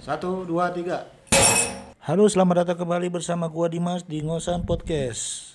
Satu, dua, tiga. Halo, selamat datang kembali bersama gua Dimas di Ngosan Podcast.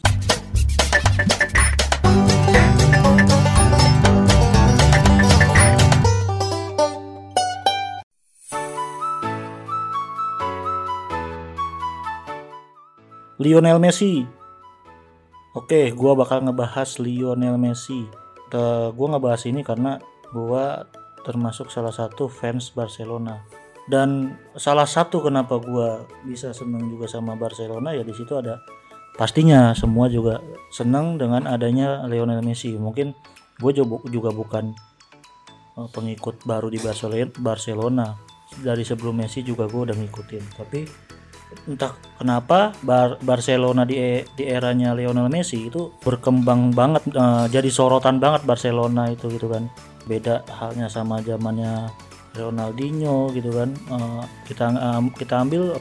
Lionel Messi. Oke, gua bakal ngebahas Lionel Messi. Gua ngebahas ini karena gua termasuk salah satu fans Barcelona. Dan salah satu kenapa gue bisa seneng juga sama Barcelona ya di situ ada pastinya semua juga seneng dengan adanya Lionel Messi. Mungkin gue juga bukan pengikut baru di Barcelona. Dari sebelum Messi juga gue udah ngikutin. Tapi entah kenapa Barcelona di eranya Lionel Messi itu berkembang banget, jadi sorotan banget Barcelona itu gitu kan. Beda halnya sama zamannya Ronaldinho gitu kan. Kita ambil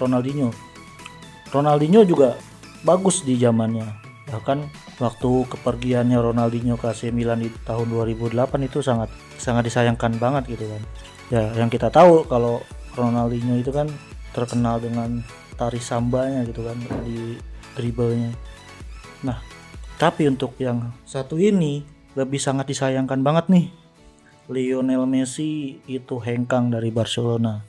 Ronaldinho juga bagus di zamannya. Bahkan waktu kepergiannya Ronaldinho ke AC Milan di tahun 2008 itu sangat disayangkan banget gitu kan. Ya, yang kita tahu kalau Ronaldinho itu kan terkenal dengan tari sambanya gitu kan, di dribblenya. Nah, tapi untuk yang satu ini lebih sangat disayangkan banget nih. Lionel Messi itu hengkang dari Barcelona.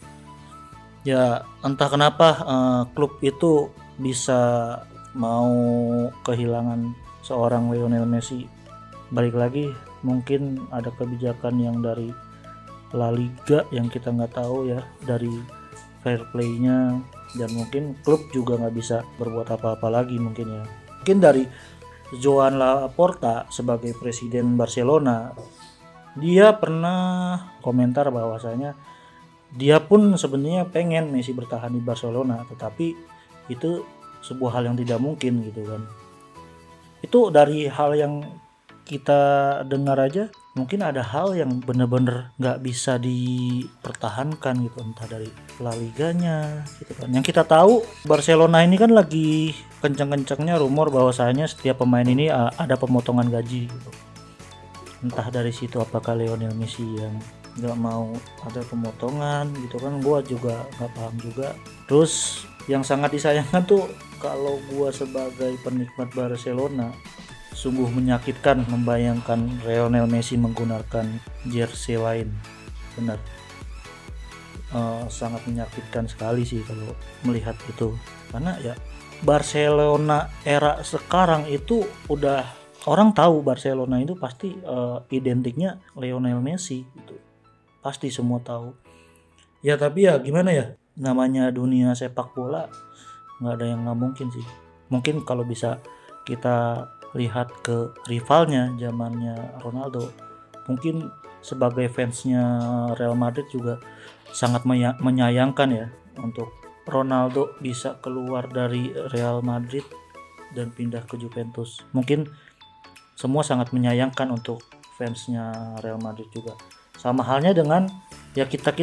Ya entah kenapa klub itu bisa mau kehilangan seorang Lionel Messi. Balik lagi mungkin ada kebijakan yang dari La Liga yang kita nggak tahu ya, dari fair play-nya, dan mungkin klub juga nggak bisa berbuat apa-apa lagi mungkin ya. Mungkin dari Joan Laporta sebagai presiden Barcelona, dia pernah komentar bahwasanya dia pun sebenarnya pengen Messi bertahan di Barcelona, tetapi itu sebuah hal yang tidak mungkin gitu kan. Itu dari hal yang kita dengar aja, mungkin ada hal yang benar-benar nggak bisa dipertahankan gitu, entah dari La Liganya gitu kan. Yang kita tahu Barcelona ini kan lagi kencang-kencangnya rumor bahwasanya setiap pemain ini ada pemotongan gaji gitu. Entah dari situ apakah Lionel Messi yang nggak mau ada pemotongan gitu kan, gue juga nggak paham juga. Terus yang sangat disayangkan tuh kalau gue sebagai penikmat Barcelona, sungguh menyakitkan membayangkan Lionel Messi menggunakan jersey lain. Benar, sangat menyakitkan sekali sih kalau melihat itu, karena ya Barcelona era sekarang itu udah orang tahu Barcelona itu pasti identiknya Lionel Messi gitu. Pasti semua tahu. Ya tapi ya gimana ya, namanya dunia sepak bola nggak ada yang nggak mungkin sih. Mungkin kalau bisa kita lihat ke rivalnya zamannya Ronaldo, mungkin sebagai fansnya Real Madrid juga sangat menyayangkan ya untuk Ronaldo bisa keluar dari Real Madrid dan pindah ke Juventus. Mungkin semua sangat menyayangkan untuk fansnya Real Madrid juga. Sama halnya dengan ya kita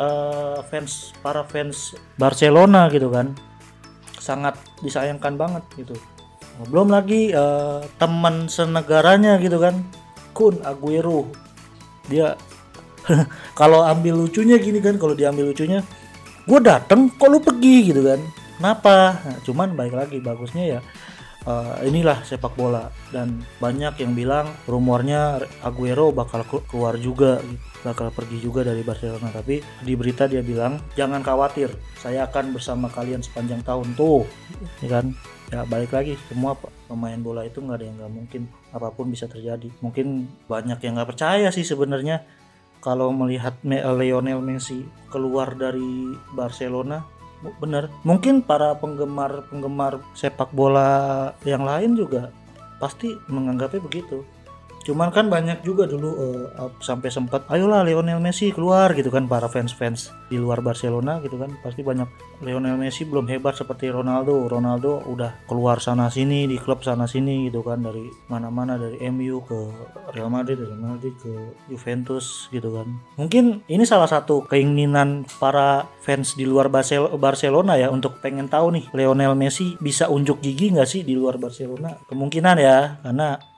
para fans Barcelona gitu kan, sangat disayangkan banget gitu. Belum lagi teman senegaranya gitu kan, Kun Aguero. Dia kalau ambil lucunya gini kan, kalau diambil lucunya, gue dateng kok lu pergi gitu kan, kenapa? Nah, cuman balik lagi bagusnya ya, inilah sepak bola, dan banyak yang bilang rumornya Aguero bakal keluar juga, bakal pergi juga dari Barcelona. Tapi di berita dia bilang jangan khawatir, saya akan bersama kalian sepanjang tahun tuh, ya kan. Ya balik lagi, semua pemain bola itu nggak ada yang nggak mungkin, apapun bisa terjadi. Mungkin banyak yang nggak percaya sih sebenarnya kalau melihat Lionel Messi keluar dari Barcelona. Bener, mungkin para penggemar sepak bola yang lain juga pasti menganggapnya begitu. Cuman kan banyak juga dulu sampai sempat ayolah Lionel Messi keluar gitu kan, para fans di luar Barcelona gitu kan. Pasti banyak, Lionel Messi belum hebat seperti Ronaldo udah keluar sana sini di klub sana sini gitu kan, dari mana-mana, dari MU ke Real Madrid, dari Madrid ke Juventus gitu kan. Mungkin ini salah satu keinginan para fans di luar Barcelona ya, untuk pengen tahu nih Lionel Messi bisa unjuk gigi nggak sih di luar Barcelona. Kemungkinan ya, karena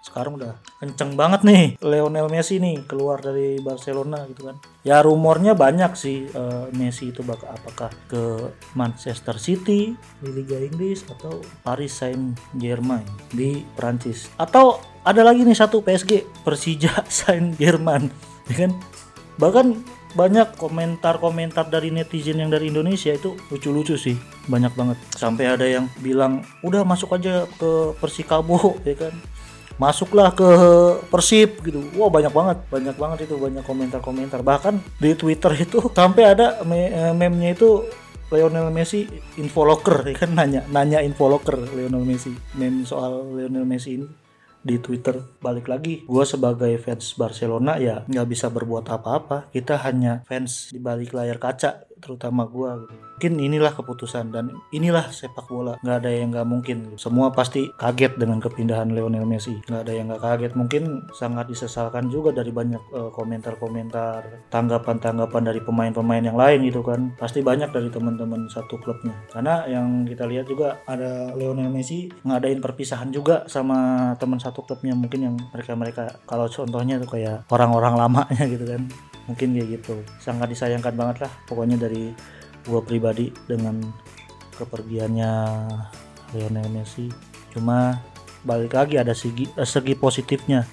sekarang udah kenceng banget nih Lionel Messi nih keluar dari Barcelona gitu kan. Ya rumornya banyak sih, Messi itu apakah ke Manchester City di Liga Inggris atau Paris Saint-Germain di Prancis, atau ada lagi nih satu PSG, Persija Saint-Germain ya kan. Bahkan banyak komentar-komentar dari netizen yang dari Indonesia itu lucu-lucu sih, banyak banget. Sampai ada yang bilang udah masuk aja ke Persikabo ya kan, masuklah ke Persib gitu. Wah banyak banget itu, banyak komentar-komentar. Bahkan di Twitter itu sampai ada meme-nya itu Lionel Messi infoloker ya kan, nanya infoloker Lionel Messi, meme soal Lionel Messi ini di Twitter. Balik lagi, gue sebagai fans Barcelona ya nggak bisa berbuat apa-apa, kita hanya fans di balik layar kaca, terutama gue gitu. Mungkin inilah keputusan dan inilah sepak bola, nggak ada yang nggak mungkin. Semua pasti kaget dengan kepindahan Lionel Messi, nggak ada yang nggak kaget. Mungkin sangat disesalkan juga dari banyak komentar-komentar, tanggapan-tanggapan dari pemain-pemain yang lain gitu kan. Pasti banyak dari teman-teman satu klubnya, karena yang kita lihat juga ada Lionel Messi ngadain perpisahan juga sama teman satu klubnya, mungkin yang mereka kalau contohnya tuh kayak orang-orang lamanya gitu kan, mungkin kayak gitu. Sangat disayangkan banget lah pokoknya dari gua pribadi dengan kepergiannya Lionel Messi. Cuma balik lagi ada segi positifnya,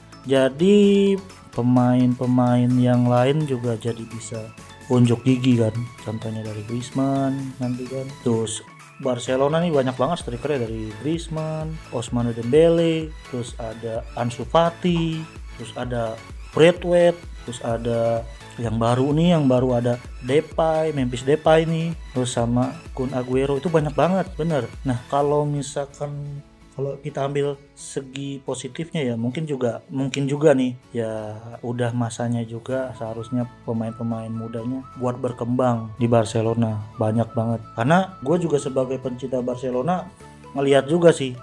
jadi pemain-pemain yang lain juga jadi bisa unjuk gigi kan, contohnya dari Griezmann nanti kan. Terus Barcelona nih banyak banget strikernya, dari Griezmann, Ousmane Dembele, terus ada Ansu Fati, terus ada Braithwaite, terus ada yang baru ada Memphis Depay nih, terus sama Kun Aguero. Itu banyak banget bener. Nah kalau misalkan kita ambil segi positifnya ya mungkin juga nih ya udah masanya juga seharusnya pemain-pemain mudanya buat berkembang di Barcelona, banyak banget. Karena gue juga sebagai pencinta Barcelona ngelihat juga sih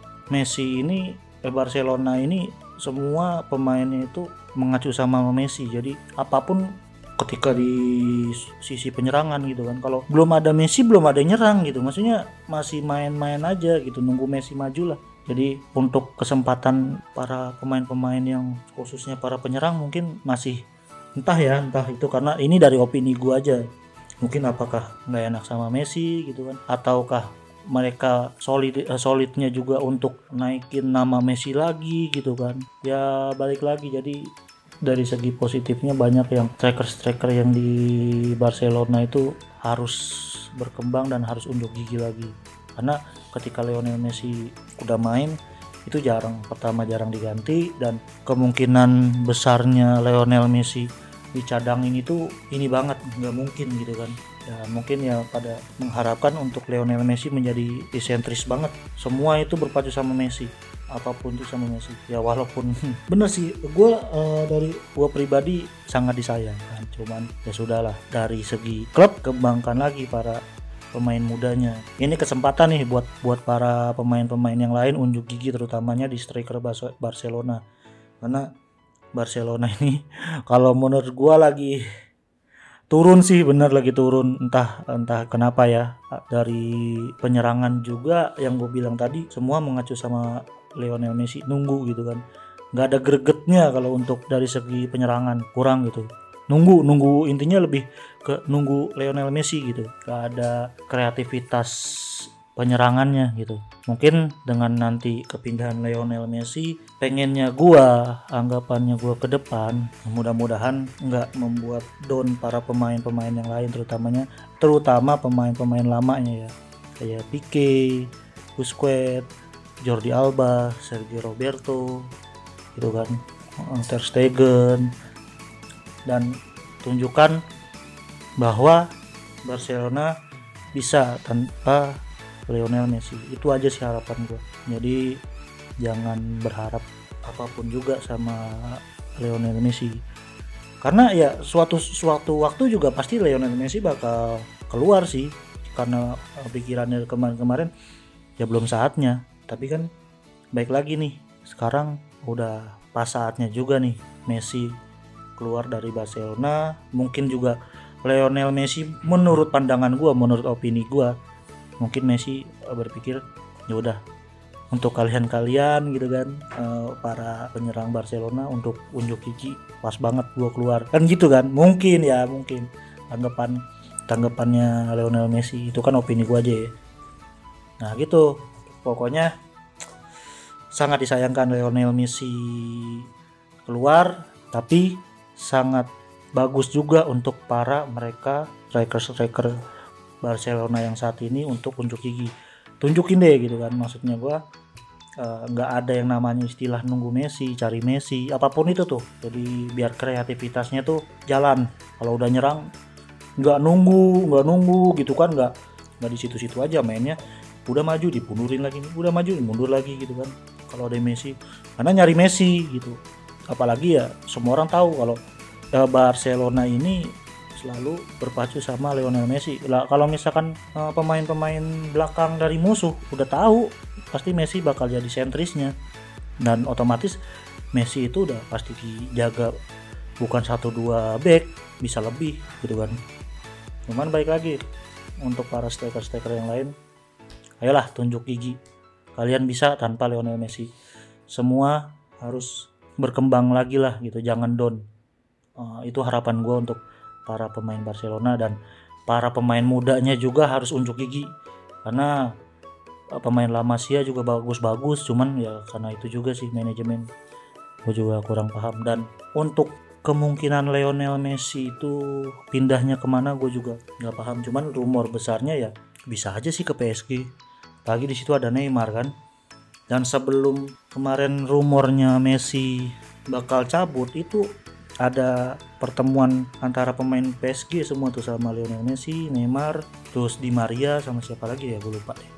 Barcelona ini semua pemainnya itu mengacu sama Messi. Jadi apapun ketika di sisi penyerangan gitu kan, kalau belum ada Messi belum ada yang nyerang gitu, maksudnya masih main-main aja gitu, nunggu Messi maju lah. Jadi untuk kesempatan para pemain-pemain yang khususnya para penyerang mungkin masih entah itu karena ini dari opini gua aja, mungkin apakah nggak enak sama Messi gitu kan, ataukah mereka solidnya juga untuk naikin nama Messi lagi gitu kan. Ya balik lagi, jadi dari segi positifnya banyak yang striker yang di Barcelona itu harus berkembang dan harus unjuk gigi lagi. Karena ketika Lionel Messi udah main itu jarang diganti, dan kemungkinan besarnya Lionel Messi dicadangin itu ini banget, nggak mungkin gitu kan. Ya mungkin ya pada mengharapkan untuk Lionel Messi menjadi disentris banget, semua itu berpacu sama Messi, apapun itu sama Messi. Ya walaupun bener sih dari gue pribadi sangat disayangkan, cuman ya sudahlah, dari segi klub kembangkan lagi para pemain mudanya. Ini kesempatan nih buat para pemain-pemain yang lain unjuk gigi, terutamanya di striker Barcelona. Karena Barcelona ini kalau menurut gue lagi turun sih, bener lagi turun, entah kenapa ya. Dari penyerangan juga yang gue bilang tadi, semua mengacu sama Lionel Messi, nunggu gitu kan, nggak ada gregetnya. Kalau untuk dari segi penyerangan kurang gitu, nunggu intinya lebih ke nunggu Lionel Messi gitu, nggak ada kreativitas penyerangannya gitu. Mungkin dengan nanti kepindahan Lionel Messi, anggapannya gua ke depan, mudah-mudahan nggak membuat down para pemain-pemain yang lain, terutama pemain-pemain lamanya ya, kayak Pique, Busquets, Jordi Alba, Sergio Roberto gitu kan, Ter Stegen, dan tunjukkan bahwa Barcelona bisa tanpa Lionel Messi. Itu aja sih harapan gue. Jadi jangan berharap apapun juga sama Lionel Messi, karena ya suatu waktu juga pasti Lionel Messi bakal keluar sih, karena pikirannya kemarin ya belum saatnya. Tapi kan baik lagi nih, sekarang udah pas saatnya juga nih Messi keluar dari Barcelona. Mungkin juga Lionel Messi, menurut pandangan gue, menurut opini gue, mungkin Messi berpikir ya udah untuk kalian-kalian gitu kan, para penyerang Barcelona untuk unjuk gigi pas banget gua keluar kan gitu kan, mungkin tanggapannya Lionel Messi, itu kan opini gua aja ya. Nah gitu, pokoknya sangat disayangkan Lionel Messi keluar, tapi sangat bagus juga untuk para mereka striker Barcelona yang saat ini untuk unjuk gigi, tunjukin deh gitu kan, maksudnya gua nggak ada yang namanya istilah nunggu Messi, cari Messi, apapun itu tuh. Jadi biar kreativitasnya tuh jalan. Kalau udah nyerang nggak nunggu gitu kan, nggak di situ-situ aja mainnya. Udah maju dipundurin lagi, udah maju dimundur lagi gitu kan. Kalau ada Messi, karena nyari Messi gitu. Apalagi ya semua orang tahu kalau Barcelona ini selalu berpacu sama Lionel Messi. Lah kalau misalkan pemain-pemain belakang dari musuh udah tahu pasti Messi bakal jadi sentrisnya, dan otomatis Messi itu udah pasti dijaga, bukan 1-2 back, bisa lebih gitu kan. Cuman baik lagi untuk para striker yang lain, ayolah tunjuk gigi, kalian bisa tanpa Lionel Messi. Semua harus berkembang lagi lah gitu, jangan down. Itu harapan gue untuk para pemain Barcelona, dan para pemain mudanya juga harus unjuk gigi, karena pemain La Masia juga bagus-bagus, cuman ya karena itu juga sih manajemen gue juga kurang paham. Dan untuk kemungkinan Lionel Messi itu pindahnya kemana gue juga nggak paham, cuman rumor besarnya ya bisa aja sih ke PSG, apalagi di situ ada Neymar kan. Dan sebelum kemarin rumornya Messi bakal cabut itu ada pertemuan antara pemain PSG semua tuh, sama Lionel Messi, Neymar, terus Di Maria, sama siapa lagi ya gue lupa deh.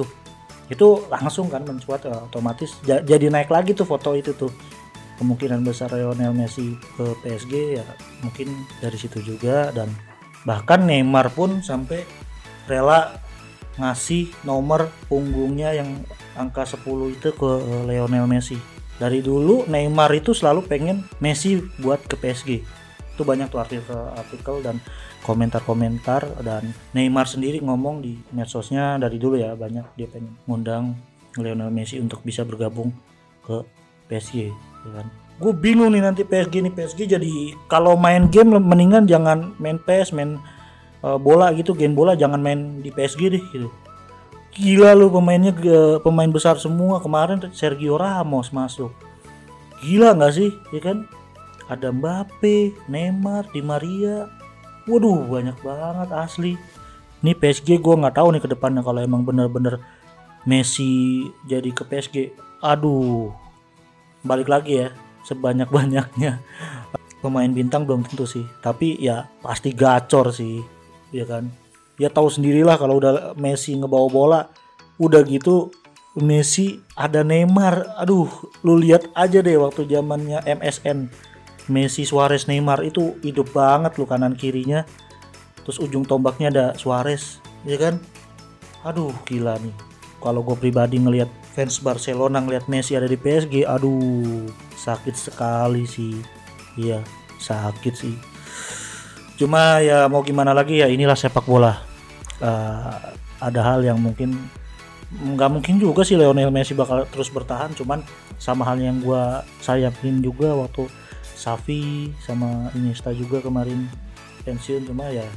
Itu langsung kan mencuat, otomatis jadi naik lagi tuh foto itu tuh. Kemungkinan besar Lionel Messi ke PSG ya mungkin dari situ juga. Dan bahkan Neymar pun sampai rela ngasih nomor punggungnya yang angka 10 itu ke Lionel Messi. Dari dulu Neymar itu selalu pengen Messi buat ke PSG. Itu banyak tuh artikel dan komentar, dan Neymar sendiri ngomong di medsosnya dari dulu ya, banyak dia pengen ngundang Lionel Messi untuk bisa bergabung ke PSG ya kan. Gue bingung nih nanti PSG jadi kalau main game mendingan jangan main PS, main bola gitu, game bola jangan main di PSG deh gitu. Gila lu, pemainnya pemain besar semua. Kemarin Sergio Ramos masuk, gila nggak sih ya kan. Ada Mbappe, Neymar, Di Maria, waduh banyak banget asli. Ini PSG gue nggak tahu nih ke depannya kalau emang bener-bener Messi jadi ke PSG. Aduh, balik lagi ya, sebanyak-banyaknya pemain bintang belum tentu sih, tapi ya pasti gacor sih ya kan. Ya tahu sendirilah kalau udah Messi ngebawa bola, udah gitu Messi ada Neymar. Aduh, lu lihat aja deh waktu zamannya MSN, Messi, Suarez, Neymar itu hidup banget lu kanan kirinya. Terus ujung tombaknya ada Suarez, ya kan? Aduh, gila nih. Kalau gue pribadi ngelihat fans Barcelona ngelihat Messi ada di PSG, aduh, sakit sekali sih. Iya, sakit sih. Cuma ya mau gimana lagi ya, inilah sepak bola. Ada hal yang mungkin nggak mungkin juga sih Lionel Messi bakal terus bertahan, cuman sama hal yang gue sayangin juga waktu Xavi sama Iniesta juga kemarin pensiun. Cuma ya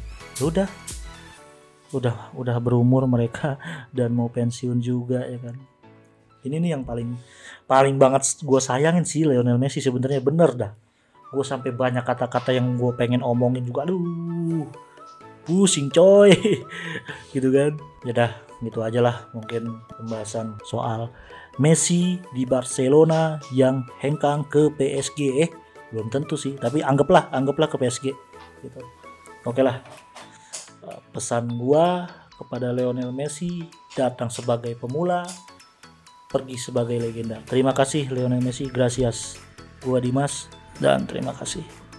udah berumur mereka dan mau pensiun juga ya kan. Ini nih yang paling banget gue sayangin sih Lionel Messi sebenarnya, bener dah. Gue sampai banyak kata-kata yang gue pengen omongin juga, aduh pusing coy gitu kan. Ya dah gitu aja lah mungkin pembahasan soal Messi di Barcelona yang hengkang ke PSG. Belum tentu sih, tapi anggaplah ke PSG gitu. Oke lah, pesan gua kepada Lionel Messi, datang sebagai pemula, pergi sebagai legenda. Terima kasih Lionel Messi, gracias. Gua Dimas dan terima kasih.